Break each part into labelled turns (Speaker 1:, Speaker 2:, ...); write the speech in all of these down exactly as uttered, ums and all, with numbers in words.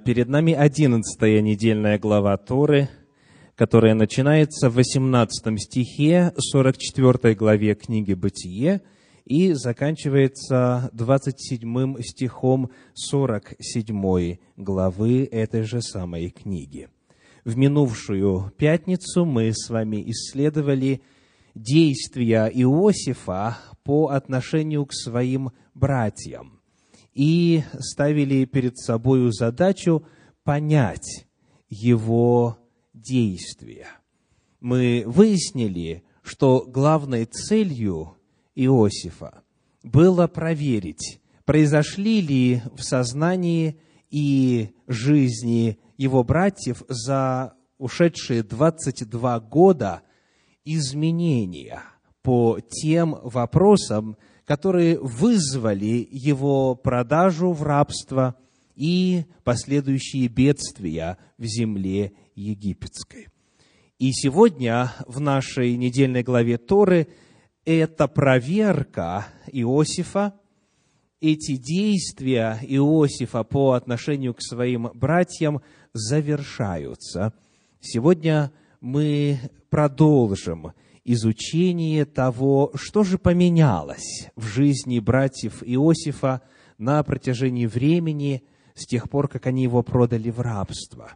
Speaker 1: Перед нами одиннадцатая недельная глава Торы, которая начинается в восемнадцатом стихе сорок четвёртой главе книги «Бытие» и заканчивается двадцать седьмым стихом сорок седьмой главы этой же самой книги. В минувшую пятницу мы с вами исследовали действия Иосифа по отношению к своим братьям и ставили перед собою задачу понять его действия. Мы выяснили, что главной целью Иосифа было проверить, произошли ли в сознании и жизни его братьев за ушедшие двадцать два года изменения по тем вопросам, которые вызвали его продажу в рабство и последующие бедствия в земле египетской. И сегодня в нашей недельной главе Торы эта проверка Иосифа, эти действия Иосифа по отношению к своим братьям завершаются. Сегодня мы продолжим изучение того, что же поменялось в жизни братьев Иосифа на протяжении времени с тех пор, как они его продали в рабство.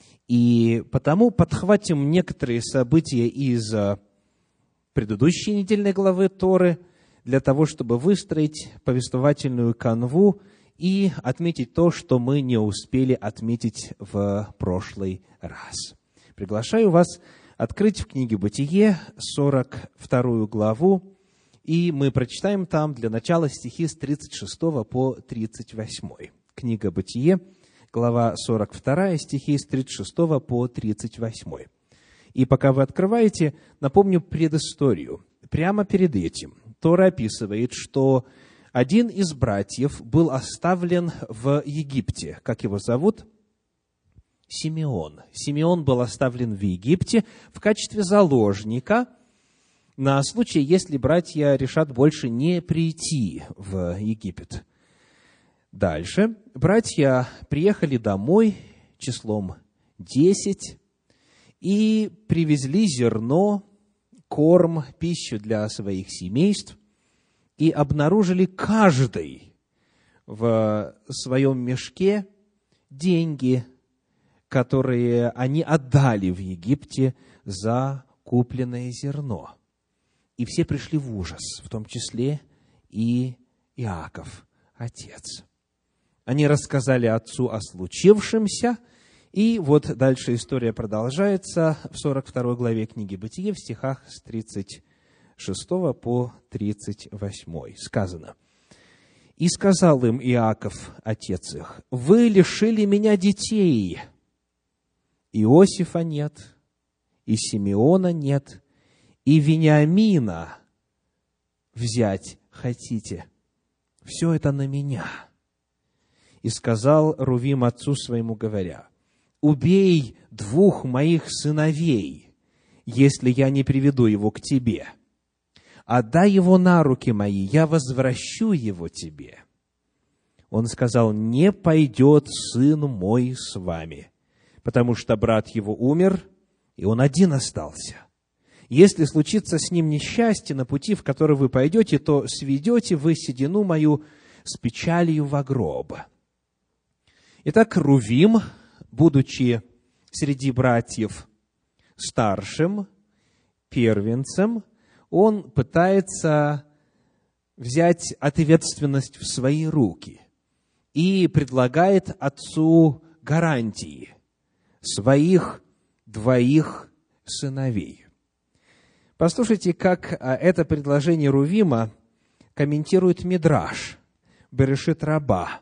Speaker 1: И потому подхватим некоторые события из предыдущей недельной главы Торы для того, чтобы выстроить повествовательную канву и отметить то, что мы не успели отметить в прошлый раз. Приглашаю вас открыть в книге «Бытие» сорок вторую главу, и мы прочитаем там для начала стихи с тридцать шестого по тридцать восьмой. Книга «Бытие», глава сорок вторая, стихи с тридцать шестого по тридцать восьмой. И пока вы открываете, напомню предысторию. Прямо перед этим Тора описывает, что один из братьев был оставлен в Египте. Как его зовут? Симеон. Симеон был оставлен в Египте в качестве заложника на случай, если братья решат больше не прийти в Египет. Дальше. Братья приехали домой числом десять и привезли зерно, корм, пищу для своих семейств и обнаружили каждый в своем мешке деньги, которые они отдали в Египте за купленное зерно. И все пришли в ужас, в том числе и Иаков, отец. Они рассказали отцу о случившемся, и вот дальше история продолжается в сорок второй главе книги «Бытие» в стихах с тридцать шестого по тридцать восьмой. Сказано: «И сказал им Иаков, отец их: вы лишили меня детей. Иосифа нет, и Симеона нет, и Вениамина взять хотите. Все это на меня». И сказал Рувим отцу своему, говоря: убей двух моих сыновей, если я не приведу его к тебе. Отдай его на руки мои, я возвращу его тебе. Он сказал: не пойдет сын мой с вами, потому что брат его умер, и он один остался. Если случится с ним несчастье на пути, в который вы пойдете, то сведете вы седину мою с печалью во гроб». Итак, Рувим, будучи среди братьев старшим, первенцем, он пытается взять ответственность в свои руки и предлагает отцу гарантии своих двоих сыновей. Послушайте, как это предложение Рувима комментирует Мидраш, Берешит Раба.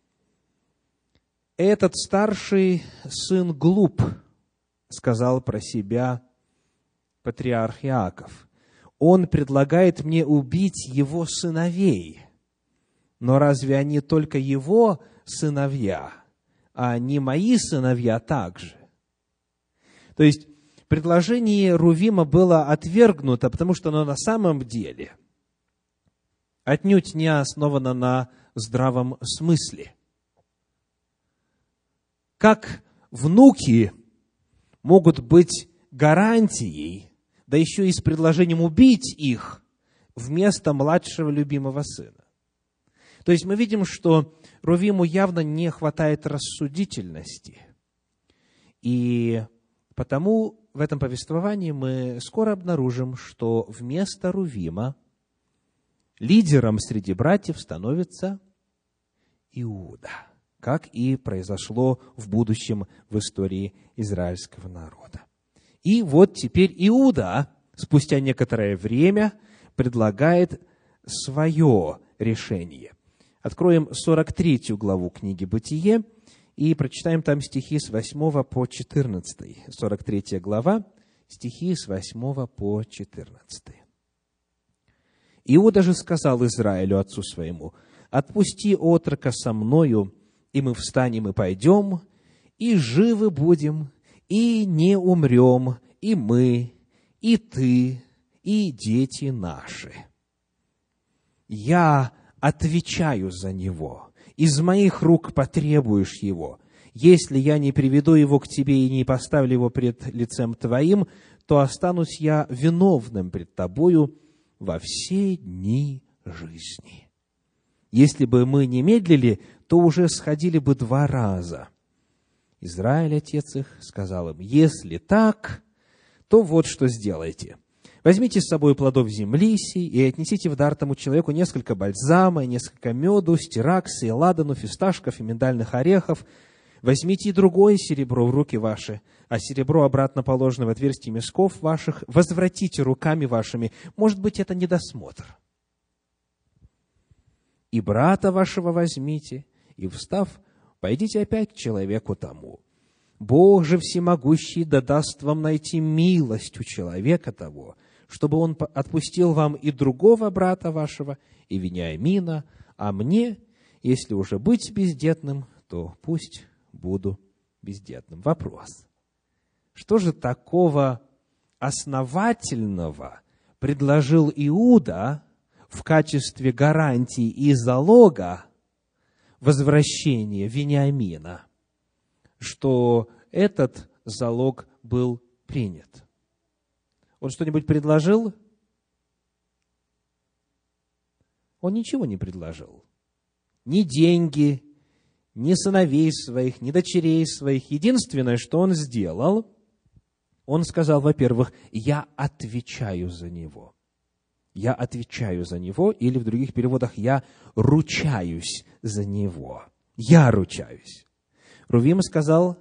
Speaker 1: «Этот старший сын глуп», — сказал про себя патриарх Иаков. «Он предлагает мне убить его сыновей. Но разве они только его сыновья, а не мои сыновья также?» То есть, предложение Рувима было отвергнуто, потому что оно на самом деле отнюдь не основано на здравом смысле. как внуки могут быть гарантией, да еще и с предложением убить их вместо младшего любимого сына. То есть мы видим, что Рувиму явно не хватает рассудительности. И потому в этом повествовании мы скоро обнаружим, что вместо Рувима лидером среди братьев становится Иуда, как и произошло в будущем в истории израильского народа. И вот теперь Иуда, спустя некоторое время, предлагает свое решение. Откроем сорок третью главу книги «Бытие» и прочитаем там стихи с восьмого по четырнадцатый. сорок третья глава, стихи с восьмого по четырнадцатый. «Иуда же сказал Израилю, отцу своему: отпусти отрока со мною, и мы встанем и пойдем, и живы будем, и не умрем, и мы, и ты, и дети наши. Я отвечаю за него, из моих рук потребуешь его. Если я не приведу его к тебе и не поставлю его пред лицем твоим, то останусь я виновным пред тобою во все дни жизни. Если бы мы не медлили, то уже сходили бы два раза. Израиль, отец их, сказал им: если так, то вот что сделайте. Возьмите с собой плодов земли сей и отнесите в дар тому человеку несколько бальзама, несколько меду, стиракса, и ладану, фисташков и миндальных орехов. Возьмите и другое серебро в руки ваши, а серебро обратно положено в отверстие мисков ваших, возвратите руками вашими. Может быть, это недосмотр. И брата вашего возьмите, и, встав, пойдите опять к человеку тому. Бог же всемогущий да даст вам найти милость у человека того, чтобы он отпустил вам и другого брата вашего, и Вениамина, а мне, если уже быть бездетным, то пусть буду бездетным». Вопрос: что же такого основательного предложил Иуда в качестве гарантии и залога возвращения Вениамина, что этот залог был принят? Он что-нибудь предложил? Он ничего не предложил. Ни деньги, ни сыновей своих, ни дочерей своих. Единственное, что он сделал, он сказал, во-первых, я отвечаю за него. Я отвечаю за него, или в других переводах, я ручаюсь за него. Я ручаюсь. Рувим сказал,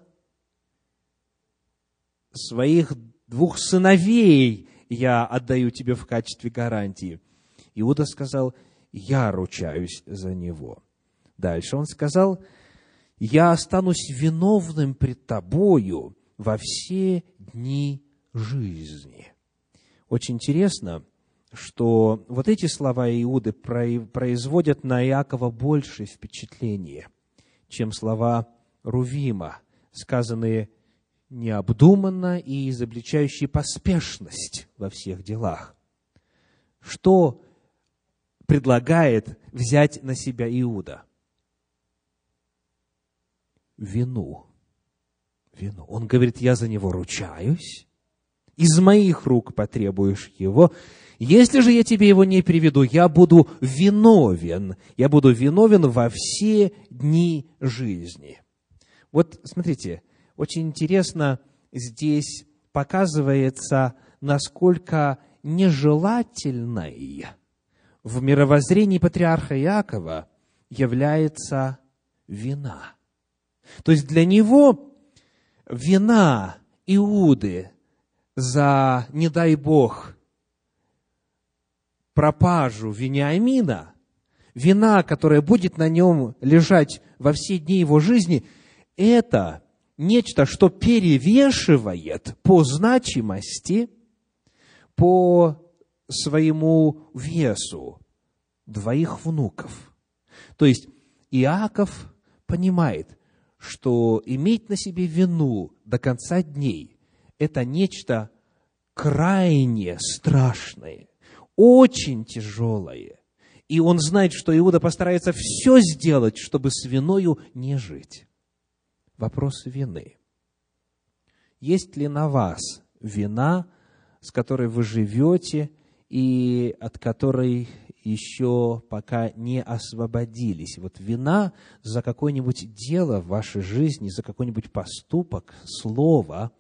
Speaker 1: своих двух сыновей я отдаю тебе в качестве гарантии. Иуда сказал, я ручаюсь за него. Дальше он сказал, я останусь виновным пред тобою во все дни жизни. Очень интересно, что вот эти слова Иуды производят на Иакова большее впечатление, чем слова Рувима, сказанные необдуманно и изобличающие поспешность во всех делах. Что предлагает взять на себя Иуда? Вину. Вину. Он говорит, я за него ручаюсь, из моих рук потребуешь его. Если же я тебе его не приведу, я буду виновен. Я буду виновен во все дни жизни. Вот смотрите, очень интересно здесь показывается, насколько нежелательной в мировоззрении патриарха Иакова является вина. То есть для него вина Иуды за, не дай Бог, пропажу Вениамина, вина, которая будет на нем лежать во все дни его жизни, это нечто, что перевешивает по значимости, по своему весу двоих внуков. То есть Иаков понимает, что иметь на себе вину до конца дней – это нечто крайне страшное, очень тяжелое. И он знает, что Иуда постарается все сделать, чтобы с виною не жить. вопрос вины. Есть ли на вас вина, с которой вы живете и от которой еще пока не освободились? Вот вина за какое-нибудь дело в вашей жизни, за какой-нибудь поступок, слово,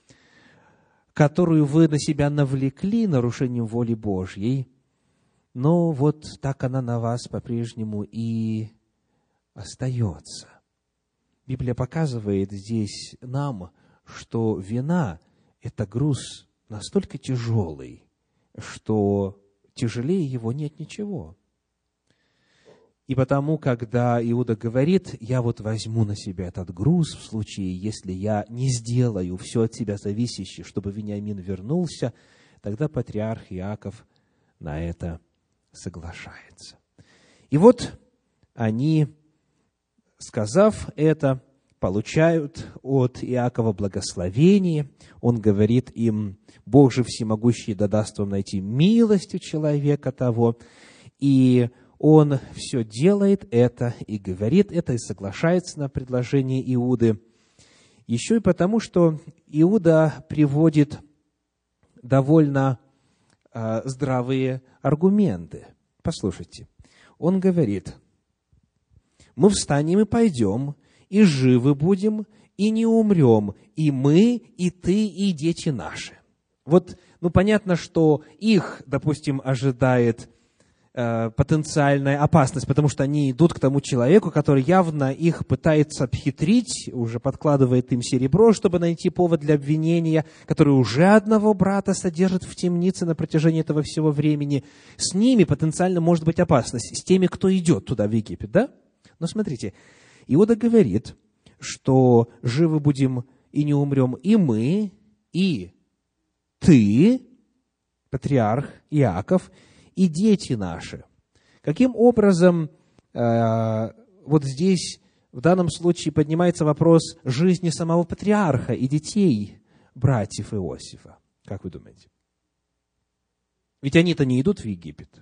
Speaker 1: которую вы на себя навлекли нарушением воли Божьей, но вот так она на вас по-прежнему и остается. Библия показывает здесь нам, что вина – это груз настолько тяжелый, что тяжелее его нет ничего. И потому, когда Иуда говорит: «Я вот возьму на себя этот груз в случае, если я не сделаю все от себя зависящее, чтобы Вениамин вернулся», тогда патриарх Иаков на это соглашается. И вот они, сказав это, получают от Иакова благословение. Он говорит им: «Бог же всемогущий да даст вам найти милость у человека того». И он все делает это и говорит это, и соглашается на предложение Иуды. Еще и потому, что Иуда приводит довольно э, здравые аргументы. Послушайте, он говорит: «Мы встанем и пойдем, и живы будем, и не умрем, и мы, и ты, и дети наши». Вот, ну, понятно, что их, допустим, ожидает э, потенциальная опасность, потому что они идут к тому человеку, который явно их пытается обхитрить, уже подкладывает им серебро, чтобы найти повод для обвинения, который уже одного брата содержит в темнице на протяжении этого всего времени. С ними потенциально может быть опасность, с теми, кто идет туда, в Египет, да? Но смотрите, Иуда говорит, что живы будем и не умрем и мы, и ты, патриарх Иаков, и дети наши. Каким образом э, вот здесь в данном случае поднимается вопрос жизни самого патриарха и детей братьев Иосифа? Как вы думаете? Ведь они-то не идут в Египет.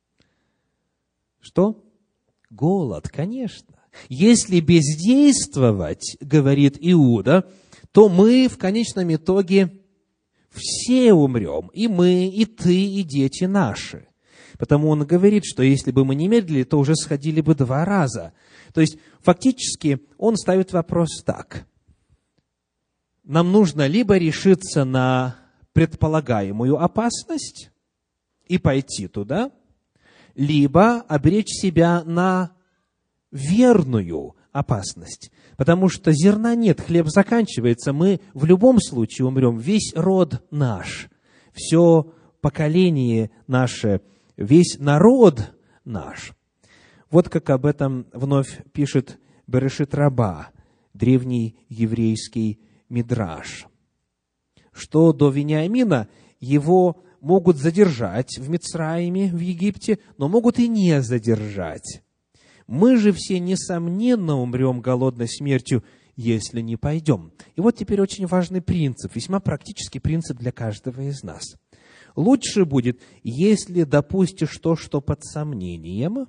Speaker 1: Что? Голод, конечно. Если бездействовать, говорит Иуда, то мы в конечном итоге все умрем, и мы, и ты, и дети наши. Потому он говорит, что если бы мы не медлили, то уже сходили бы два раза. То есть, фактически, он ставит вопрос так. Нам нужно либо решиться на предполагаемую опасность и пойти туда, либо обречь себя на верную опасность. Потому что зерна нет, хлеб заканчивается, мы в любом случае умрем. Весь род наш, все поколение наше, весь народ наш. Вот как об этом вновь пишет Берешит Раба, древний еврейский мидраш. Что до Вениамина его могут задержать в Мицраиме, в Египте, но могут и не задержать. Мы же все, несомненно, умрем голодной смертью, если не пойдем. И вот теперь очень важный принцип, весьма практический принцип для каждого из нас. Лучше будет, если допустишь то, что под сомнением,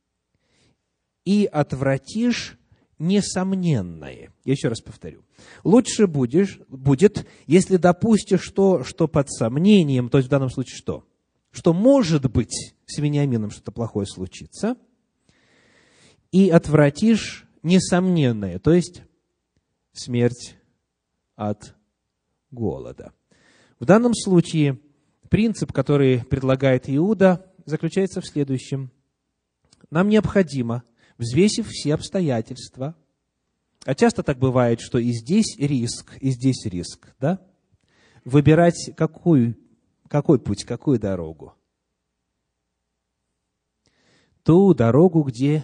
Speaker 1: и отвратишь несомненное. Я еще раз повторю. Лучше будешь, будет, если допустишь то, что под сомнением, то есть в данном случае что? Что может быть с Вениамином что-то плохое случится, и отвратишь несомненное, то есть смерть от голода. В данном случае принцип, который предлагает Иуда, заключается в следующем. Нам необходимо, взвесив все обстоятельства, а часто так бывает, что и здесь риск, и здесь риск, да? Выбирать какой, какой путь, какую дорогу? Ту дорогу, где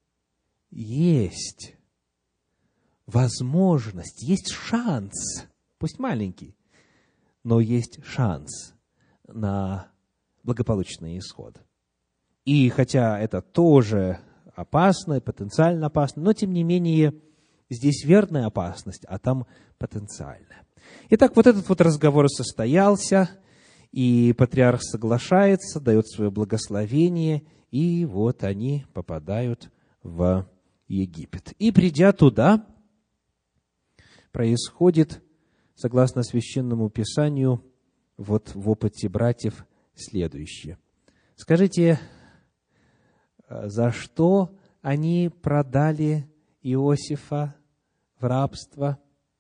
Speaker 1: есть возможность, есть шанс, пусть маленький, но есть шанс на благополучный исход. И хотя это тоже опасно, потенциально опасно, но тем не менее здесь верная опасность, а там потенциальная. Итак, вот этот вот разговор состоялся, и патриарх соглашается, дает свое благословение, и вот они попадают в Египет. И придя туда, происходит, согласно Священному Писанию, вот в опыте братьев следующее. Скажите, за что они продали Иосифа в рабство?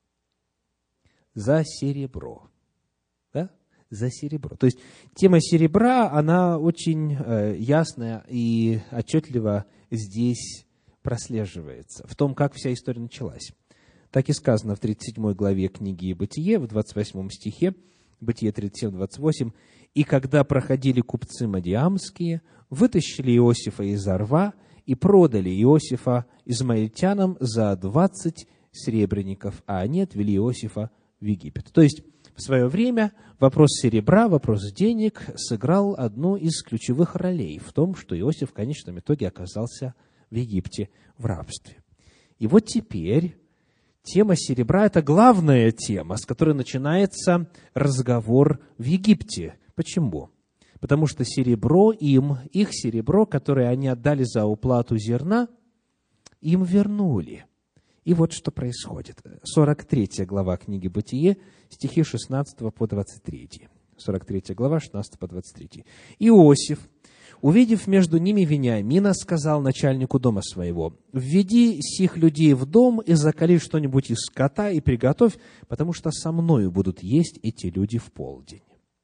Speaker 1: За серебро. Да? За серебро. То есть тема серебра, она очень э, ясная и отчетливо здесь прослеживается, в том, как вся история началась. Так и сказано в тридцать седьмой главе книги «Бытие», в двадцать восьмом стихе, Бытие тридцать семь, двадцать восемь. «И когда проходили купцы мадиамские, вытащили Иосифа из рва и продали Иосифа измаильтянам за двадцать серебряников, а они отвели Иосифа в Египет». То есть в свое время вопрос серебра, вопрос денег сыграл одну из ключевых ролей в том, что Иосиф в конечном итоге оказался в Египте в рабстве. И вот теперь тема серебра – это главная тема, с которой начинается разговор в Египте. Почему? Потому что серебро им, их серебро, которое они отдали за уплату зерна, им вернули. И вот что происходит. сорок третья глава книги «Бытие», стихи шестнадцатого по двадцать третий. сорок третья глава, шестнадцатый по двадцать третий. «Иосиф, увидев между ними Вениамина, сказал начальнику дома своего: введи сих людей в дом и закали что-нибудь из скота и приготовь, потому что со мною будут есть эти люди в полдень.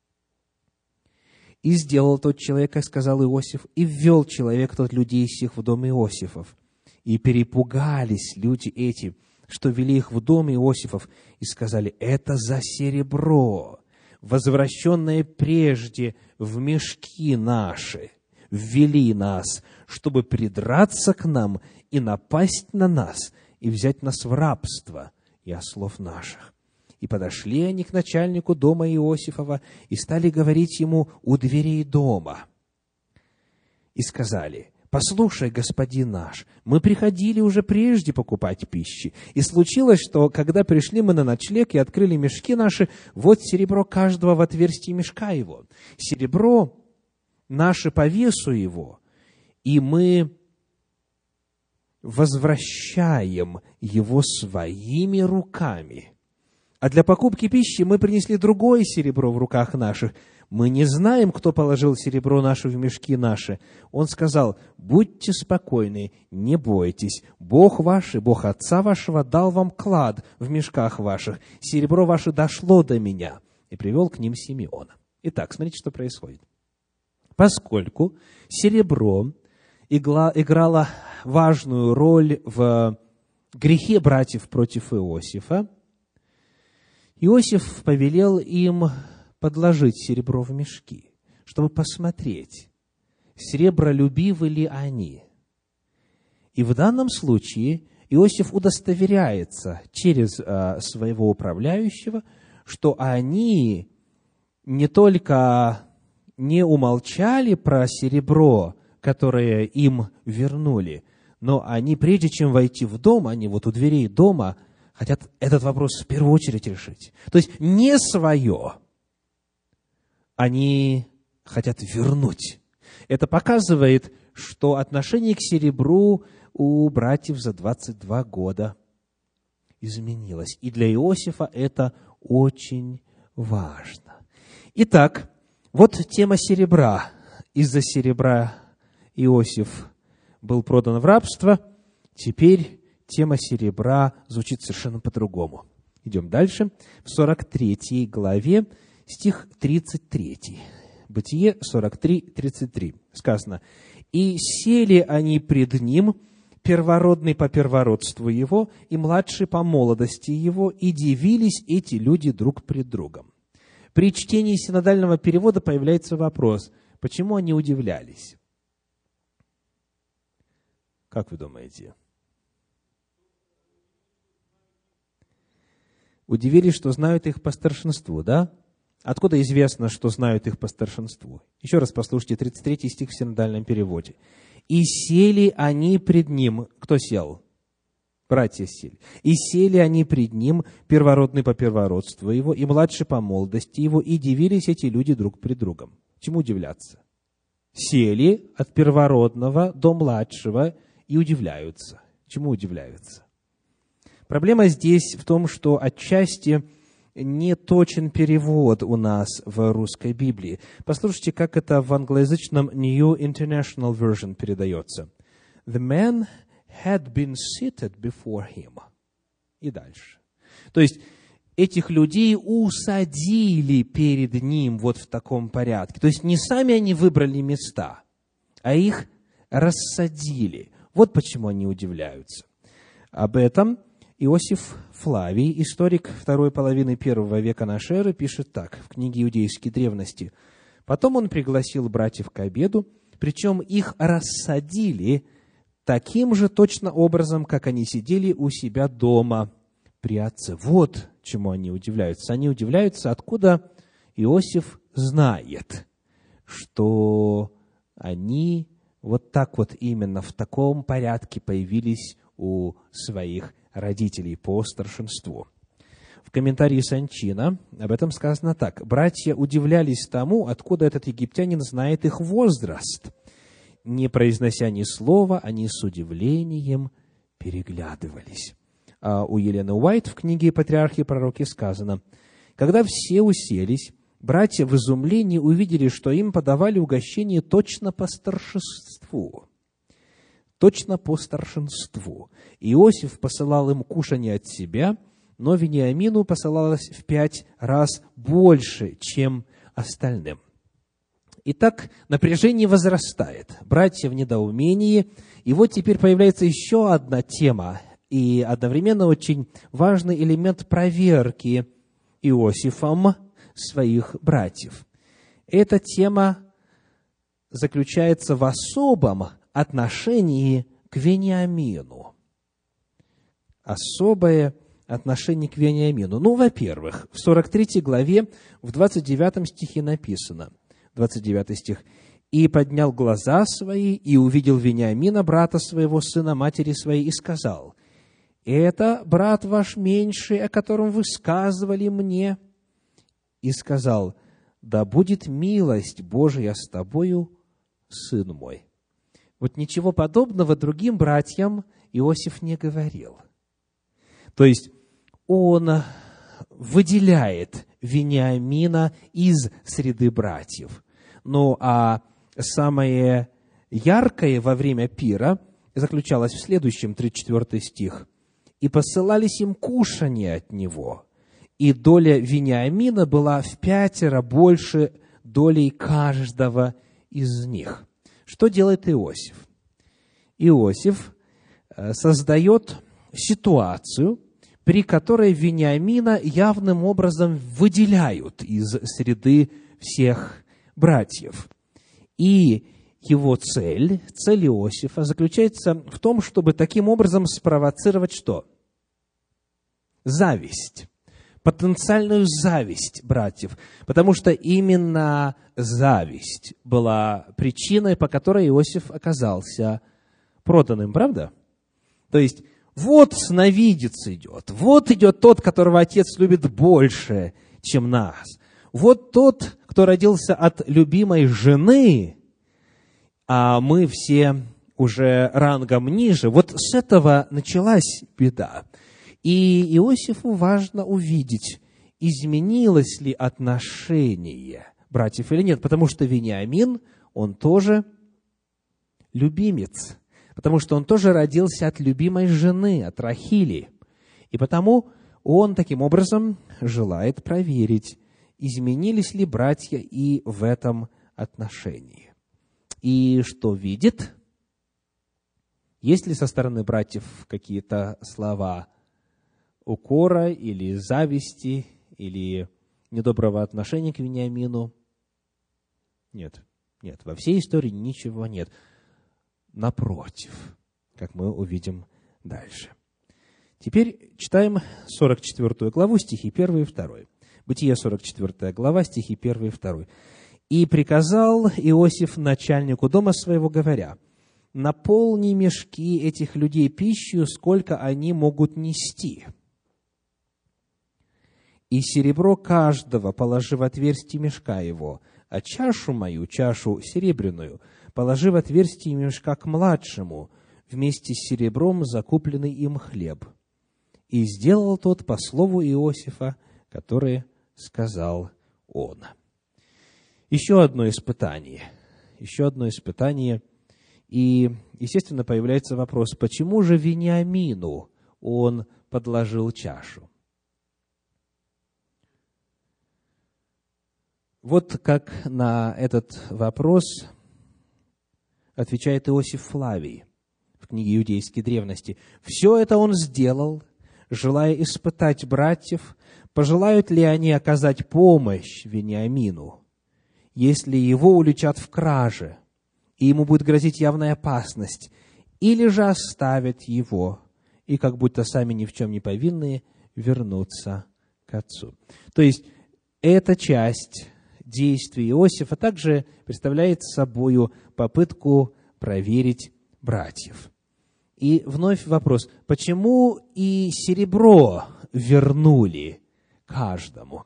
Speaker 1: И сделал тот человек, как сказал Иосиф, и ввел человек тот людей сих в дом Иосифов. И перепугались люди эти, что вели их в дом Иосифов, и сказали: это за серебро, возвращенное прежде в мешки наши, ввели нас, чтобы придраться к нам и напасть на нас, и взять нас в рабство и ослов наших. И подошли они к начальнику дома Иосифова и стали говорить ему у дверей дома. И сказали: послушай, господин наш, мы приходили уже прежде покупать пищи. И случилось, что, когда пришли мы на ночлег и открыли мешки наши, вот серебро каждого в отверстии мешка его. Серебро наше по весу его, и мы возвращаем его своими руками. А для покупки пищи мы принесли другое серебро в руках наших. Мы не знаем, кто положил серебро наше в мешки наши. Он сказал: будьте спокойны, не бойтесь. Бог ваш и Бог отца вашего дал вам клад в мешках ваших. Серебро ваше дошло до меня. И привел к ним Симеона. Итак, смотрите, что происходит. Поскольку серебро играло важную роль в грехе братьев против Иосифа, Иосиф повелел им подложить серебро в мешки, чтобы посмотреть, серебролюбивы ли они. И в данном случае Иосиф удостоверяется через а, своего управляющего, что они не только не умолчали про серебро, которое им вернули, но они, прежде чем войти в дом, они вот у дверей дома хотят этот вопрос в первую очередь решить. То есть не свое они хотят вернуть. Это показывает, что отношение к серебру у братьев за двадцать два года изменилось. И для Иосифа это очень важно. Итак, вот тема серебра. Из-за серебра Иосиф был продан в рабство. Теперь тема серебра звучит совершенно по-другому. Идем дальше. В сорок третьей главе, стих тридцать третий. Бытие сорок три, тридцать три. Сказано: «И сели они пред ним, первородный по первородству его, и младший по молодости его, и дивились эти люди друг пред другом». При чтении синодального перевода появляется вопрос: почему они удивлялись? Как вы думаете? Удивились, что знают их по старшинству, да? Откуда известно, что знают их по старшинству? Еще раз послушайте тридцать третий стих в синодальном переводе. «И сели они пред ним». Кто сел? Братья сели. «И сели они пред ним, первородный по первородству его, и младший по молодости его, и дивились эти люди друг пред другом». Чему удивляться? Сели от первородного до младшего и удивляются. Чему удивляются? Проблема здесь в том, что отчасти не точен перевод у нас в русской Библии. Послушайте, как это в англоязычном New International Version передается. The man had been seated before him. И дальше. То есть, этих людей усадили перед ним вот в таком порядке. То есть, не сами они выбрали места, а их рассадили. Вот почему они удивляются. Об этом Иосиф Флавий, историк второй половины первого века нашей эры, пишет так в книге «Иудейские древности». «Потом он пригласил братьев к обеду, причем их рассадили таким же точно образом, как они сидели у себя дома при отце». Вот чему они удивляются. Они удивляются, откуда Иосиф знает, что они вот так вот именно в таком порядке появились у своих родителей по старшинству. В комментарии Санчина об этом сказано так. «Братья удивлялись тому, откуда этот египтянин знает их возраст. Не произнося ни слова, они с удивлением переглядывались». А у Елены Уайт в книге «Патриархи и пророки» сказано: «Когда все уселись, братья в изумлении увидели, что им подавали угощение точно по старшинству». Точно по старшинству. Иосиф посылал им кушанье от себя, но Вениамину посылалось в пять раз больше, чем остальным. Итак, напряжение возрастает. Братья в недоумении. И вот теперь появляется еще одна тема и одновременно очень важный элемент проверки Иосифом своих братьев. Эта тема заключается в особом отношении к Вениамину. Особое отношение к Вениамину. Ну, во-первых, в сорок третьей главе, в двадцать девятом стихе написано, двадцать девятый стих, «И поднял глаза свои, и увидел Вениамина, брата своего, сына матери своей, и сказал: это брат ваш меньший, о котором вы сказывали мне. И сказал: да будет милость Божия с тобою, сын мой». Вот ничего подобного другим братьям Иосиф не говорил. То есть он выделяет Вениамина из среды братьев. Ну, а самое яркое во время пира заключалось в следующем, тридцать четвёртый стих. «И посылались им кушанье от него, и доля Вениамина была в пятеро больше долей каждого из них». Что делает Иосиф? Иосиф создает ситуацию, при которой Вениамина явным образом выделяют из среды всех братьев. И его цель, цель Иосифа заключается в том, чтобы таким образом спровоцировать что? Зависть. Потенциальную зависть братьев, потому что именно зависть была причиной, по которой Иосиф оказался проданным, правда? То есть, вот сновидец идет, вот идет тот, которого отец любит больше, чем нас. Вот тот, кто родился от любимой жены, а мы все уже рангом ниже. Вот с этого началась беда. И Иосифу важно увидеть, изменилось ли отношение братьев или нет, потому что Вениамин, он тоже любимец, потому что он тоже родился от любимой жены, от Рахили. И потому он таким образом желает проверить, изменились ли братья и в этом отношении. И что видит? Есть ли со стороны братьев какие-то слова укора или зависти, или недоброго отношения к Вениамину? Нет, нет, во всей истории ничего нет. Напротив, как мы увидим дальше. Теперь читаем сорок четвёртую главу, стихи первый и второй. Бытие, сорок четвёртая глава, стихи первый и второй. «И приказал Иосиф начальнику дома своего, говоря: наполни мешки этих людей пищей, сколько они могут нести. И серебро каждого положи в отверстие мешка его, а чашу мою, чашу серебряную, положи в отверстие мешка к младшему, вместе с серебром закупленный им хлеб. И сделал тот по слову Иосифа, которое сказал он. Еще одно испытание. Еще одно испытание. И, естественно, появляется вопрос, почему же Вениамину он подложил чашу? Вот как на этот вопрос отвечает Иосиф Флавий в книге «Иудейские древности». «Все это он сделал, желая испытать братьев, пожелают ли они оказать помощь Вениамину, если его уличат в краже, и ему будет грозить явная опасность, или же оставят его, и как будто сами ни в чем не повинные вернутся к отцу». То есть, эта часть действий Иосифа также представляет собою попытку проверить братьев. И вновь вопрос, почему и серебро вернули каждому?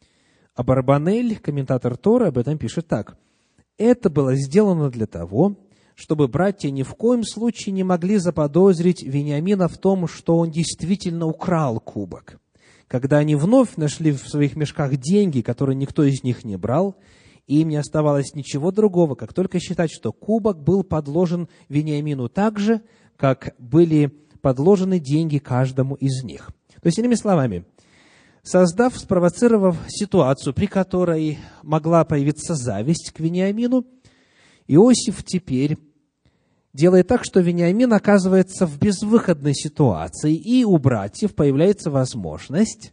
Speaker 1: А Барбанель, комментатор Торы, об этом пишет так. «Это было сделано для того, чтобы братья ни в коем случае не могли заподозрить Вениамина в том, что он действительно украл кубок. Когда они вновь нашли в своих мешках деньги, которые никто из них не брал, и им не оставалось ничего другого, как только считать, что кубок был подложен Вениамину так же, как были подложены деньги каждому из них». То есть, иными словами, создав, спровоцировав ситуацию, при которой могла появиться зависть к Вениамину, Иосиф теперь делает так, что Вениамин оказывается в безвыходной ситуации, и у братьев появляется возможность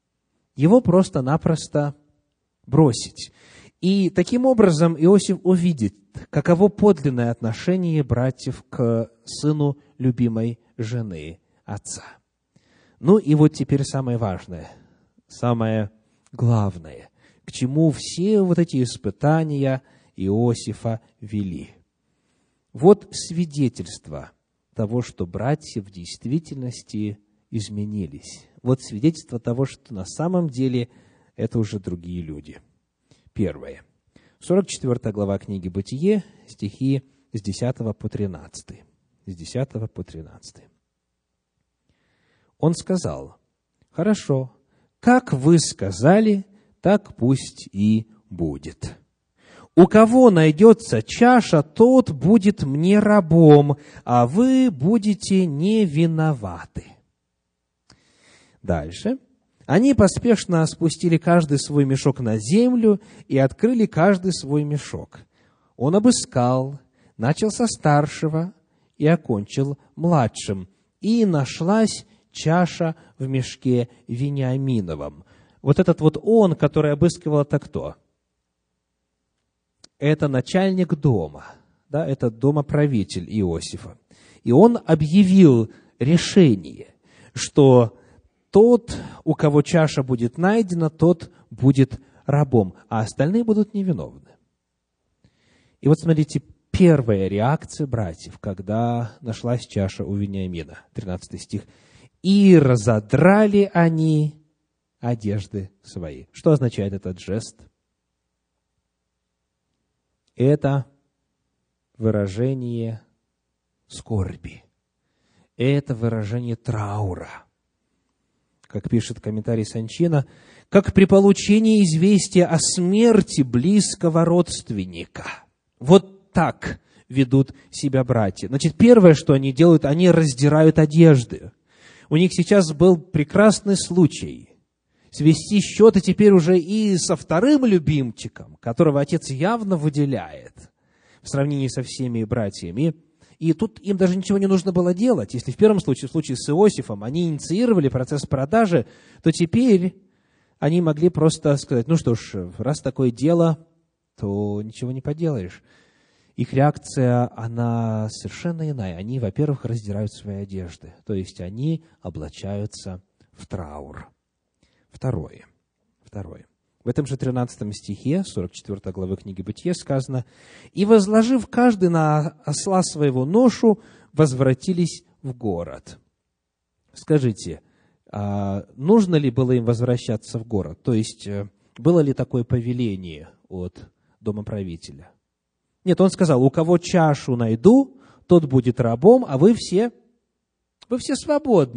Speaker 1: его просто-напросто бросить. И таким образом Иосиф увидит, каково подлинное отношение братьев к сыну любимой жены отца. Ну и вот теперь самое важное, самое главное, к чему все вот эти испытания Иосифа вели. Вот свидетельство того, что братья в действительности изменились. Вот свидетельство того, что на самом деле это уже другие люди. Первое. сорок четвёртая глава книги «Бытие», стихи с десятого по тринадцатый. С десятого по тринадцатый. Он сказал: «Хорошо, как вы сказали, так пусть и будет. У кого найдется чаша, тот будет мне рабом, а вы будете не виноваты». Дальше. Они поспешно спустили каждый свой мешок на землю и открыли каждый свой мешок. Он обыскал, начал со старшего и окончил младшим. И нашлась чаша в мешке Вениаминовом. Вот этот вот он, который обыскивал, это кто? Это начальник дома, да, это домоправитель Иосифа. И он объявил решение, что тот, у кого чаша будет найдена, тот будет рабом, а остальные будут невиновны. И вот смотрите, первая реакция братьев, когда нашлась чаша у Вениамина, тринадцатый стих. «И разодрали они одежды свои». Что означает этот жест? Это выражение скорби. Это выражение траура. Как пишет комментарий Санчина, как при получении известия о смерти близкого родственника. Вот так ведут себя братья. Значит, первое, что они делают, они раздирают одежды. У них сейчас был прекрасный случай свести счеты теперь уже и со вторым любимчиком, которого отец явно выделяет в сравнении со всеми братьями. И тут им даже ничего не нужно было делать. Если в первом случае, в случае с Иосифом, они инициировали процесс продажи, то теперь они могли просто сказать: ну что ж, раз такое дело, то ничего не поделаешь. Их реакция, она совершенно иная. Они, во-первых, раздирают свои одежды, то есть они облачаются в траур. Второе. Второе. В этом же тринадцатом стихе, сорок четвёртой главы книги «Бытие» сказано: «И, возложив каждый на осла своего ношу, возвратились в город». Скажите, а нужно ли было им возвращаться в город? То есть, было ли такое повеление от домоправителя? Нет, он сказал: у кого чашу найду, тот будет рабом, а вы все, вы все свободны.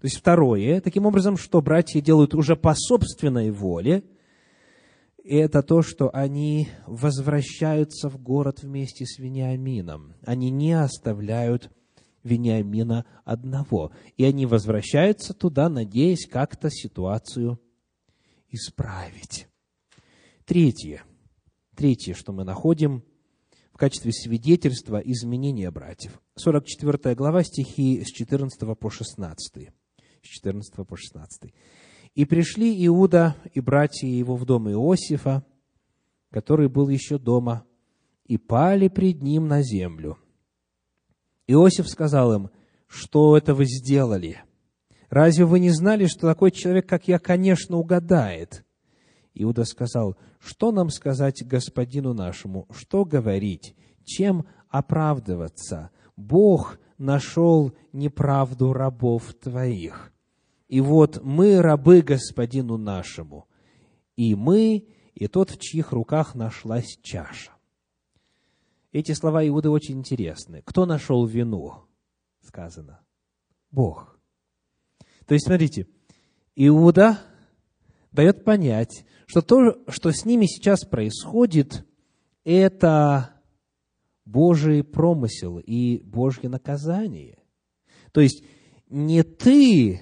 Speaker 1: То есть второе, таким образом, что братья делают уже по собственной воле, это то, что они возвращаются в город вместе с Вениамином. Они не оставляют Вениамина одного. И они возвращаются туда, надеясь как-то ситуацию исправить. Третье. Третье, что мы находим в качестве свидетельства изменения братьев. сорок четвёртая глава, стихи с четырнадцатого по шестнадцатый. С четырнадцатого по шестнадцатый. «И пришли Иуда и братья его в дом Иосифа, который был еще дома, и пали пред ним на землю. Иосиф сказал им: что это вы сделали? Разве вы не знали, что такой человек, как я, конечно, угадает? Иуда сказал: что нам сказать господину нашему? Что говорить? Чем оправдываться? Бог нашел неправду рабов твоих. И вот мы рабы господину нашему, и мы, и тот, в чьих руках нашлась чаша». Эти слова Иуды очень интересны. Кто нашел вину? Сказано. Бог. То есть, смотрите, Иуда дает понять, что то, что с ними сейчас происходит, это Божий промысел и Божье наказание. То есть, не ты,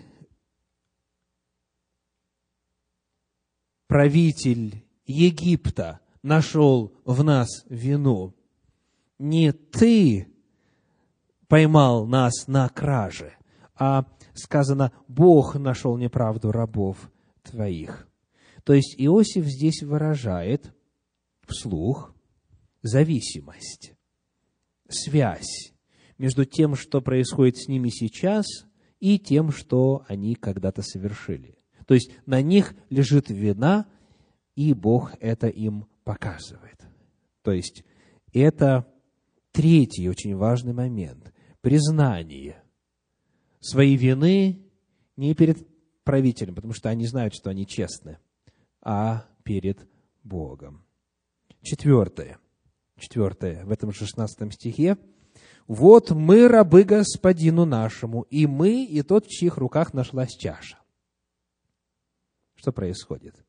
Speaker 1: правитель Египта, нашел в нас вину, не ты поймал нас на краже, а сказано: Бог нашел неправду рабов твоих. То есть Иосиф здесь выражает вслух зависимость, связь между тем, что происходит с ними сейчас, и тем, что они когда-то совершили. То есть на них лежит вина, и Бог это им показывает. То есть это третий очень важный момент. Признание своей вины не перед правителем, потому что они знают, что они честны, а перед Богом. Четвертое. Четвертое. В этом шестнадцатом стихе. «Вот мы рабы господину нашему, и мы, и тот, в чьих руках нашлась чаша». Что происходит?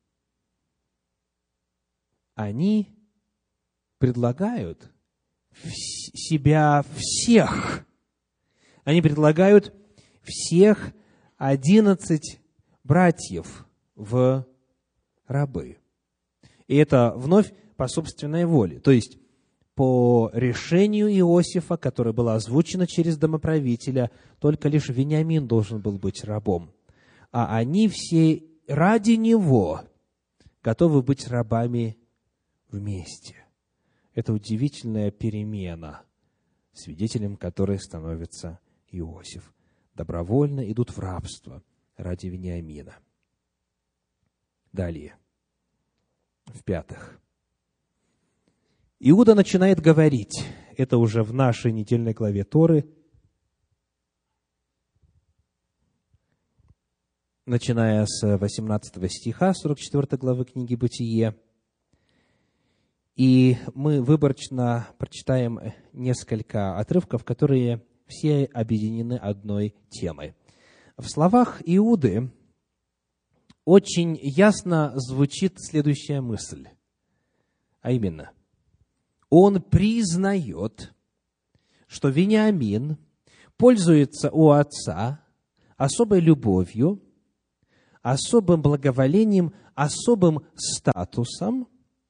Speaker 1: Они предлагают себя всех. Они предлагают всех одиннадцать братьев в рабы. И это вновь по собственной воле. То есть, по решению Иосифа, которое было озвучено через домоправителя, только лишь Вениамин должен был быть рабом. А они все ради него готовы быть рабами вместе. Это удивительная перемена, свидетелем которой становится Иосиф. Добровольно идут в рабство ради Вениамина. Далее. В-пятых. Иуда начинает говорить, это уже в нашей недельной главе Торы, начиная с восемнадцатого стиха сорок четвёртой главы книги «Бытие». И мы выборочно прочитаем несколько отрывков, которые все объединены одной темой. В словах Иуды очень ясно звучит следующая мысль, а именно, он признает, что Вениамин пользуется у отца особой любовью, особым благоволением, особым статусом,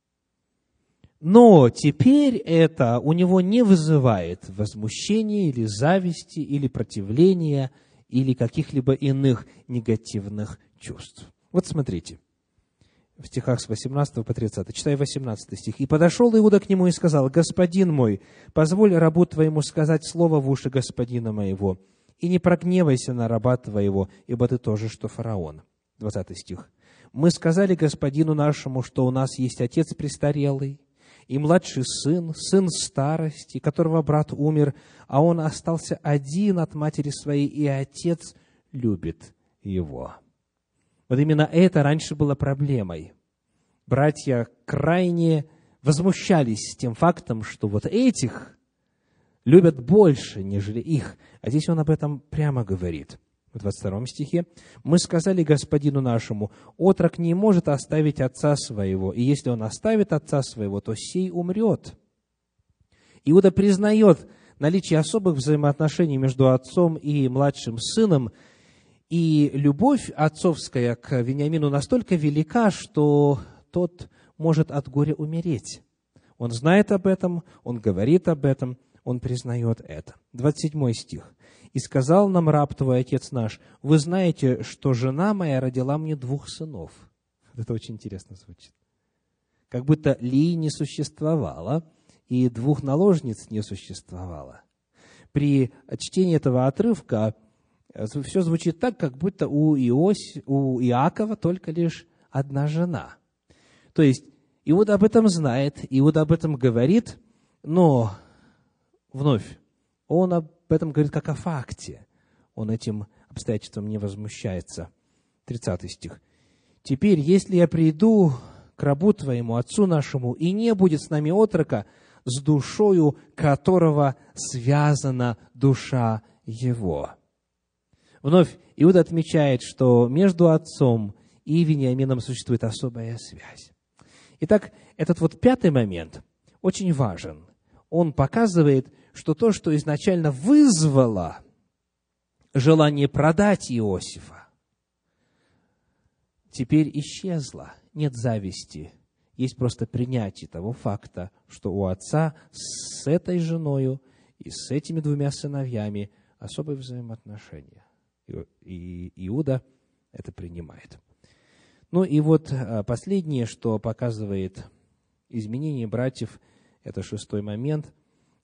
Speaker 1: но теперь это у него не вызывает возмущения или зависти, или противления, или каких-либо иных негативных чувств. Вот смотрите, в стихах с восемнадцатого по тридцатый, читаю восемнадцатый стих. «И подошел Иуда к нему и сказал: господин мой, позволь рабу твоему сказать слово в уши господина моего, и не прогневайся на раба твоего, ибо ты тоже, что фараон». двадцатый стих. «Мы сказали господину нашему, что у нас есть отец престарелый, и младший сын, сын старости, которого брат умер, а он остался один от матери своей, и отец любит его». Вот именно это раньше было проблемой. Братья крайне возмущались тем фактом, что вот этих любят больше, нежели их. А здесь он об этом прямо говорит. в двадцать втором стихе, «Мы сказали господину нашему, отрок не может оставить отца своего, и если он оставит отца своего, то сей умрет». Иуда признает наличие особых взаимоотношений между отцом и младшим сыном, и любовь отцовская к Вениамину настолько велика, что тот может от горя умереть. Он знает об этом, он говорит об этом, он признает это. двадцать седьмой стих. «И сказал нам раб твой, отец наш, вы знаете, что жена моя родила мне двух сынов». Это очень интересно звучит. Как будто Лии не существовало, и двух наложниц не существовало. При чтении этого отрывка все звучит так, как будто у, Иось, у Иакова только лишь одна жена. То есть Иуда об этом знает, Иуда об этом говорит, но вновь он об этом говорит как о факте. Он этим обстоятельством не возмущается. тридцатый стих. «Теперь, если я приду к рабу твоему, отцу нашему, и не будет с нами отрока, с душою которого связана душа его». Вновь Иуда отмечает, что между отцом и Вениамином существует особая связь. Итак, этот вот пятый момент очень важен. Он показывает, что то, что изначально вызвало желание продать Иосифа, теперь исчезло. Нет зависти. Есть просто принятие того факта, что у отца с этой женою и с этими двумя сыновьями особые взаимоотношения. И Иуда это принимает. Ну и вот последнее, что показывает изменение братьев, это шестой момент,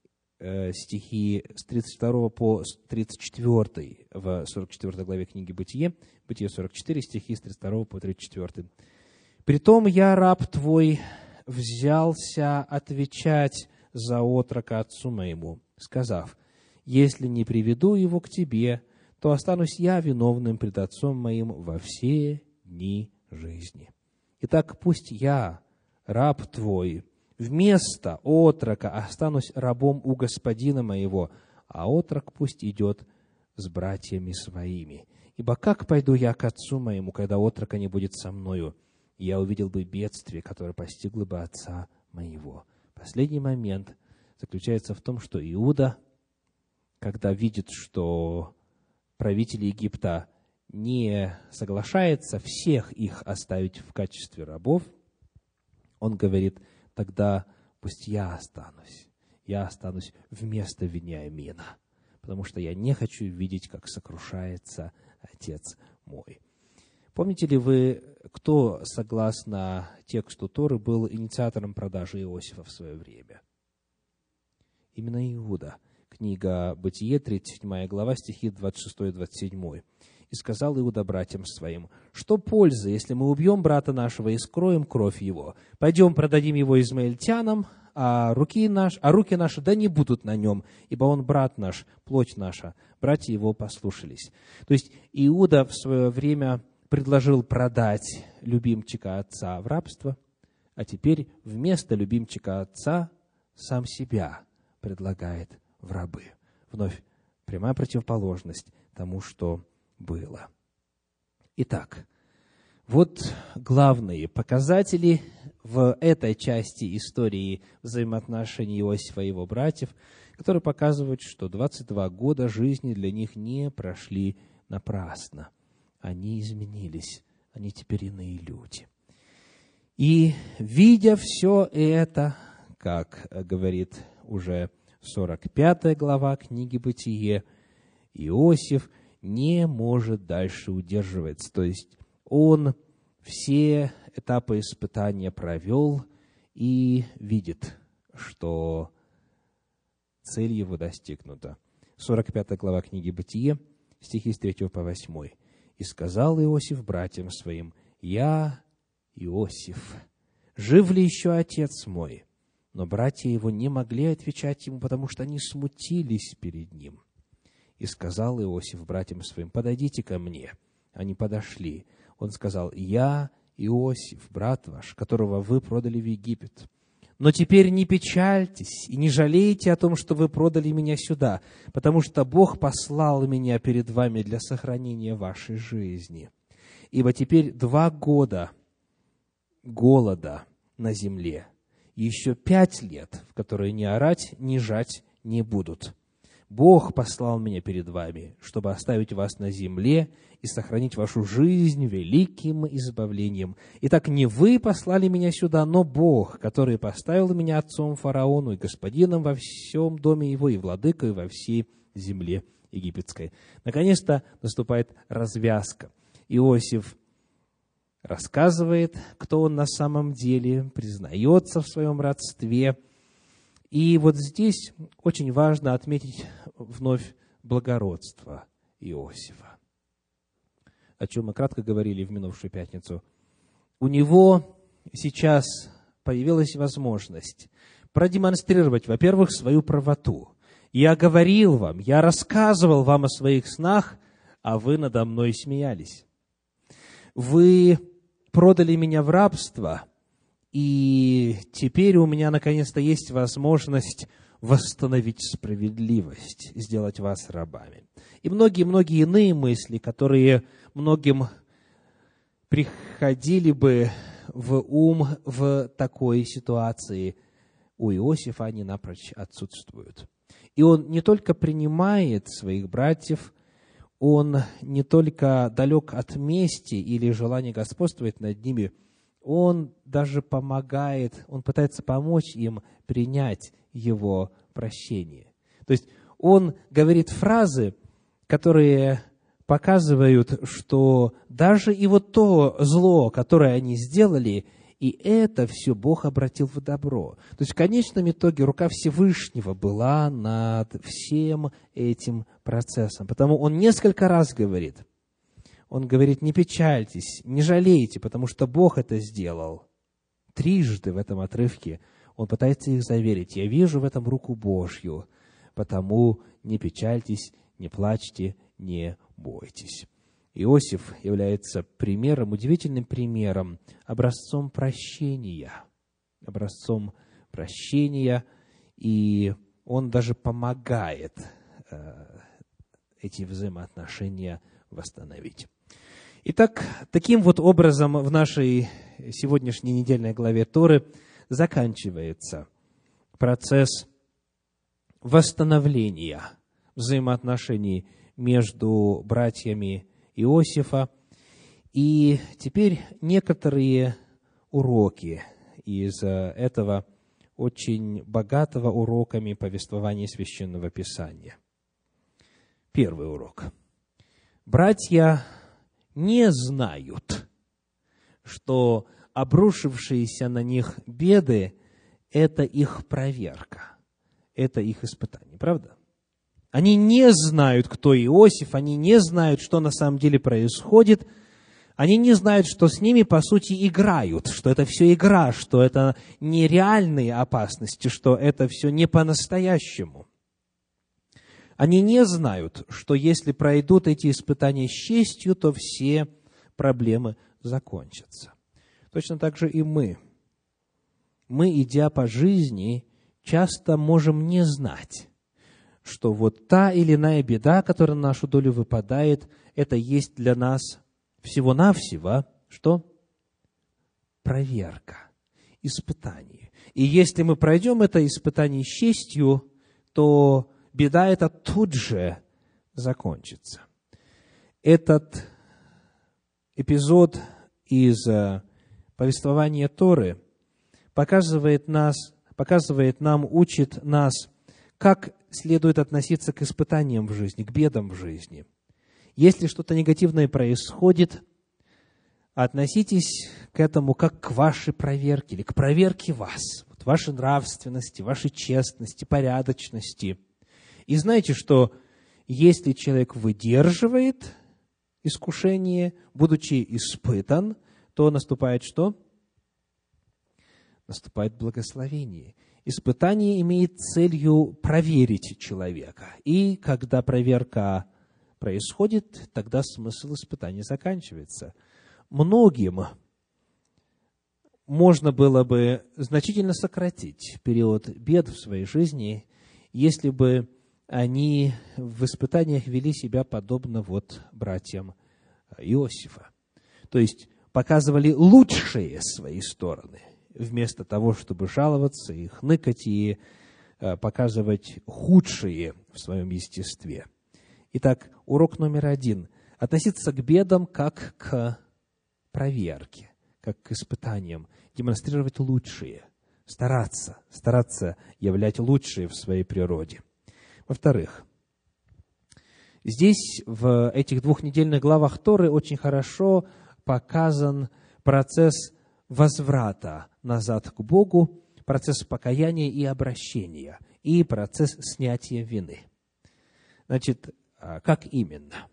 Speaker 1: стихи с тридцать второго по тридцать четвёртый в сорок четвёртой главе книги Бытие, Бытие сорок четыре, стихи с тридцать второго по тридцать четвёртый. «Притом я, раб твой, взялся отвечать за отрока отцу моему, сказав, если не приведу его к тебе, то останусь я виновным пред отцом моим во все дни жизни. Итак, пусть я, раб твой, вместо отрока останусь рабом у господина моего, а отрок пусть идет с братьями своими. Ибо как пойду я к отцу моему, когда отрока не будет со мною? Я увидел бы бедствие, которое постигло бы отца моего». Последний момент заключается в том, что Иуда, когда видит, что правитель Египта не соглашается всех их оставить в качестве рабов, он говорит, тогда пусть я останусь. Я останусь вместо Вениамина, потому что я не хочу видеть, как сокрушается отец мой. Помните ли вы, кто, согласно тексту Торы, был инициатором продажи Иосифа в свое время? Именно Иуда. Книга Бытие, тридцать седьмая глава, стихи двадцать шестой и двадцать седьмой. «И сказал Иуда братьям своим, что пользы, если мы убьем брата нашего и скроем кровь его? Пойдем продадим его измаильтянам, а руки, наш, а руки наши да не будут на нем, ибо он брат наш, плоть наша». Братья его послушались. То есть Иуда в свое время предложил продать любимчика отца в рабство, а теперь вместо любимчика отца сам себя предлагает в рабы. Вновь прямая противоположность тому, что было. Итак, вот главные показатели в этой части истории взаимоотношений Иосифа и его братьев, которые показывают, что двадцать два года жизни для них не прошли напрасно. Они изменились, они теперь иные люди. И, видя все это, как говорит уже сорок пятая глава книги Бытие, Иосиф не может дальше удерживаться. То есть он все этапы испытания провел и видит, что цель его достигнута. сорок пятая глава книги Бытие, стихи с третьего по восьмой. «И сказал Иосиф братьям своим, я Иосиф, жив ли еще отец мой? Но братья его не могли отвечать ему, потому что они смутились перед ним. И сказал Иосиф братьям своим, подойдите ко мне. Они подошли. Он сказал, я Иосиф, брат ваш, которого вы продали в Египет. Но теперь не печальтесь и не жалейте о том, что вы продали меня сюда, потому что Бог послал меня перед вами для сохранения вашей жизни. Ибо теперь два года голода на земле, и еще пять лет, в которые ни орать, ни жать не будут. Бог послал меня перед вами, чтобы оставить вас на земле и сохранить вашу жизнь великим избавлением. Итак, не вы послали меня сюда, но Бог, который поставил меня отцом фараону и господином во всем доме его, и владыкой во всей земле египетской». Наконец-то наступает развязка. Иосиф рассказывает, кто он на самом деле, признается в своем родстве. И вот здесь очень важно отметить вновь благородство Иосифа, о чем мы кратко говорили в минувшую пятницу. У него сейчас появилась возможность продемонстрировать, во-первых, свою правоту. «Я говорил вам, я рассказывал вам о своих снах, а вы надо мной смеялись. Вы продали меня в рабство, и теперь у меня наконец-то есть возможность восстановить справедливость, сделать вас рабами». И многие-многие иные мысли, которые многим приходили бы в ум в такой ситуации, у Иосифа они напрочь отсутствуют. И он не только принимает своих братьев, он не только далек от мести или желания господствовать над ними, он даже помогает, он пытается помочь им принять его прощение. То есть он говорит фразы, которые показывают, что даже и вот то зло, которое они сделали, и это все Бог обратил в добро. То есть в конечном итоге рука Всевышнего была над всем этим процессом. Потому он несколько раз говорит, он говорит: не печальтесь, не жалейте, потому что Бог это сделал. Трижды в этом отрывке он пытается их заверить: я вижу в этом руку Божью, потому не печальтесь, не плачьте, не бойтесь. Иосиф является примером, удивительным примером, образцом прощения, образцом прощения, и он даже помогает э, эти взаимоотношения восстановить. Итак, таким вот образом в нашей сегодняшней недельной главе Торы заканчивается процесс восстановления взаимоотношений между братьями Иосифа. И теперь некоторые уроки из этого очень богатого уроками повествования Священного Писания. Первый урок. Братья не знают, что обрушившиеся на них беды – это их проверка, это их испытание, правда? Они не знают, кто Иосиф, они не знают, что на самом деле происходит, они не знают, что с ними, по сути, играют, что это все игра, что это не реальные опасности, что это все не по-настоящему. Они не знают, что если пройдут эти испытания с честью, то все проблемы закончатся. Точно так же и мы. Мы, идя по жизни, часто можем не знать, что вот та или иная беда, которая на нашу долю выпадает, это есть для нас всего-навсего, что? Проверка, испытание. И если мы пройдем это испытание с честью, то беда эта тут же закончится. Этот эпизод из повествования Торы показывает нас, показывает нам, учит нас, как следует относиться к испытаниям в жизни, к бедам в жизни. Если что-то негативное происходит, относитесь к этому как к вашей проверке, или к проверке вас, вот вашей нравственности, вашей честности, порядочности. И знаете, что если человек выдерживает искушение, будучи испытан, то наступает что? Наступает благословение. Испытание имеет целью проверить человека. И когда проверка происходит, тогда смысл испытания заканчивается. Многим можно было бы значительно сократить период бед в своей жизни, если бы они в испытаниях вели себя подобно вот братьям Иосифа. То есть показывали лучшие свои стороны, вместо того, чтобы жаловаться и хныкать, и показывать худшие в своем естестве. Итак, урок номер один. Относиться к бедам как к проверке, как к испытаниям, демонстрировать лучшие, стараться, стараться являть лучшие в своей природе. Во-вторых, здесь, в этих двухнедельных главах Торы, очень хорошо показан процесс возврата назад к Богу, процесс покаяния и обращения, и процесс снятия вины. Значит, как именно?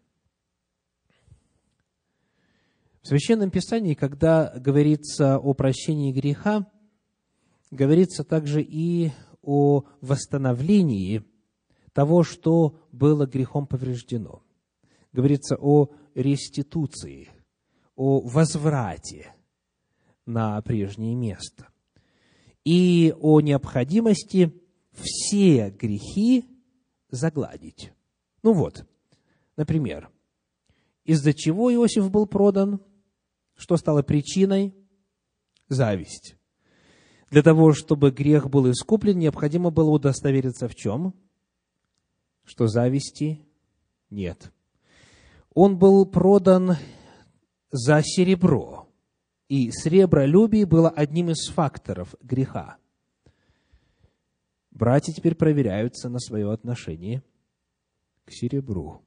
Speaker 1: В Священном Писании, когда говорится о прощении греха, говорится также и о восстановлении того, что было грехом повреждено. Говорится о реституции, о возврате на прежнее место. И о необходимости все грехи загладить. Ну вот, например, из-за чего Иосиф был продан? Что стало причиной? Зависть. Для того, чтобы грех был искуплен, необходимо было удостовериться в чем? Что зависти нет. Он был продан за серебро, и сребролюбие было одним из факторов греха. Братья теперь проверяются на свое отношение к серебру.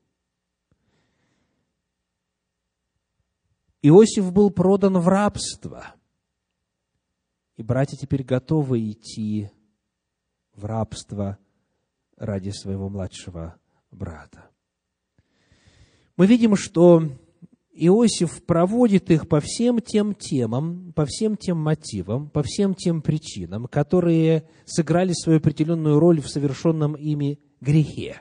Speaker 1: Иосиф был продан в рабство, и братья теперь готовы идти в рабство ради своего младшего брата. Мы видим, что Иосиф проводит их по всем тем темам, по всем тем мотивам, по всем тем причинам, которые сыграли свою определенную роль в совершенном ими грехе.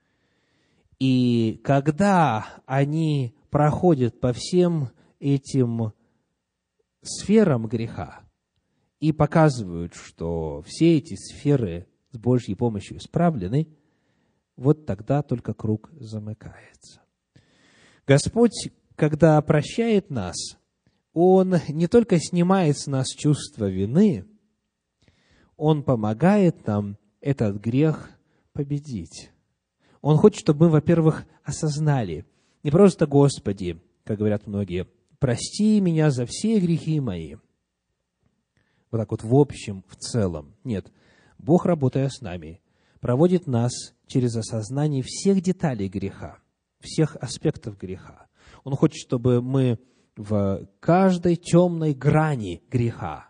Speaker 1: И когда они проходят по всем этим сферам греха и показывают, что все эти сферы с Божьей помощью исправлены, вот тогда только круг замыкается. Господь, когда прощает нас, Он не только снимает с нас чувство вины, Он помогает нам этот грех победить. Он хочет, чтобы мы, во-первых, осознали, не просто «Господи», как говорят многие, «прости меня за все грехи мои». Вот так вот в общем, в целом. Нет, Бог, работая с нами, проводит нас через осознание всех деталей греха, всех аспектов греха. Он хочет, чтобы мы в каждой темной грани греха,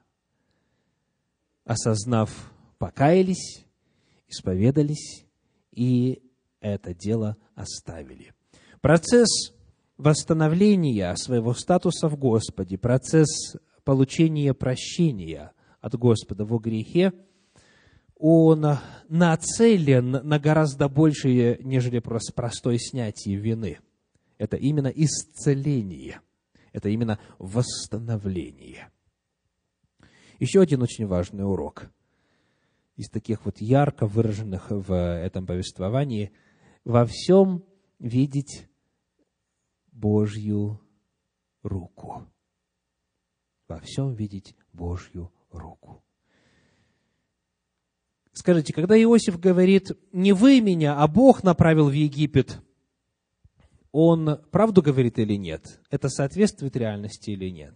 Speaker 1: осознав, покаялись, исповедались и это дело оставили. Процесс восстановления своего статуса в Господе, процесс получения прощения от Господа во грехе, он нацелен на гораздо большее, нежели просто простое снятие вины. Это именно исцеление, это именно восстановление. Еще один очень важный урок из таких вот ярко выраженных в этом повествовании: во всем видеть Божью руку. Во всем видеть Божью руку. Скажите, когда Иосиф говорит, не вы меня, а Бог направил в Египет, он правду говорит или нет? Это соответствует реальности или нет?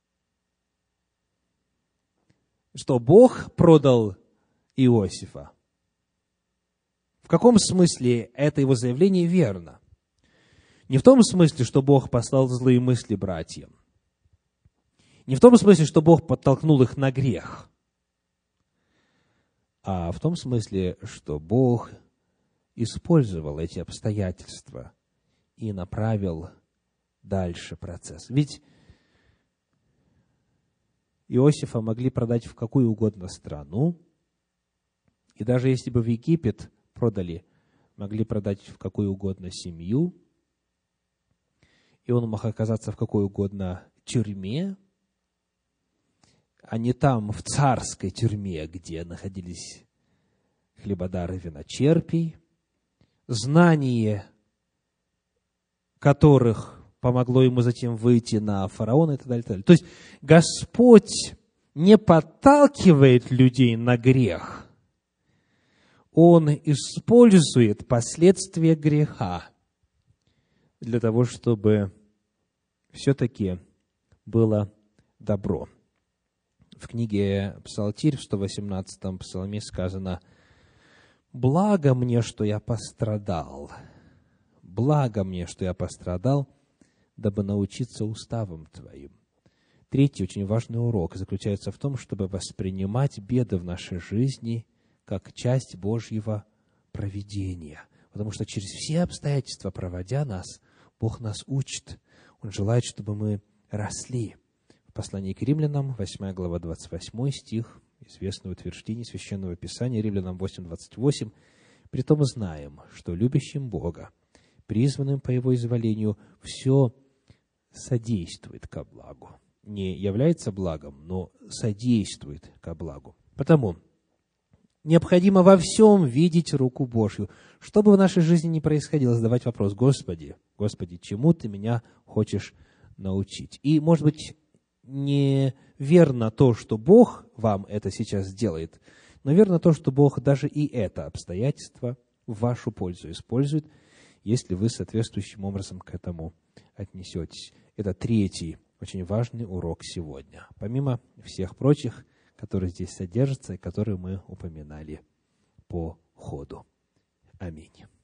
Speaker 1: Что Бог продал Иосифа? В каком смысле это его заявление верно? Не в том смысле, что Бог послал злые мысли братьям. Не в том смысле, что Бог подтолкнул их на грех. А в том смысле, что Бог использовал эти обстоятельства и направил дальше процесс. Ведь Иосифа могли продать в какую угодно страну, и даже если бы в Египет продали, могли продать в какую угодно семью, и он мог оказаться в какой угодно тюрьме, а не там, в царской тюрьме, где находились хлебодар и виночерпий, знание которых помогло ему затем выйти на фараона и так далее, и так далее. То есть Господь не подталкивает людей на грех, Он использует последствия греха для того, чтобы все-таки было добро. В книге Псалтирь, в сто восемнадцатом псалме сказано: «Благо мне, что я пострадал, благо мне, что я пострадал, дабы научиться уставам Твоим». Третий очень важный урок заключается в том, чтобы воспринимать беды в нашей жизни как часть Божьего провидения. Потому что через все обстоятельства, проводя нас, Бог нас учит. Он желает, чтобы мы росли. В послании к Римлянам, восьмая глава, двадцать восьмой стих, известное утверждение Священного Писания, Римлянам восемь, двадцать восемь. «Притом знаем, что любящим Бога, призванным по Его изволению, все содействует ко благу». Не является благом, но содействует ко благу. Потому необходимо во всем видеть руку Божью. Что бы в нашей жизни ни происходило, задавать вопрос: Господи, Господи, чему Ты меня хочешь научить? И, может быть, не верно то, что Бог вам это сейчас делает, но верно то, что Бог даже и это обстоятельство в вашу пользу использует, если вы соответствующим образом к этому отнесетесь. Это третий очень важный урок сегодня, помимо всех прочих, которые здесь содержатся и которые мы упоминали по ходу. Аминь.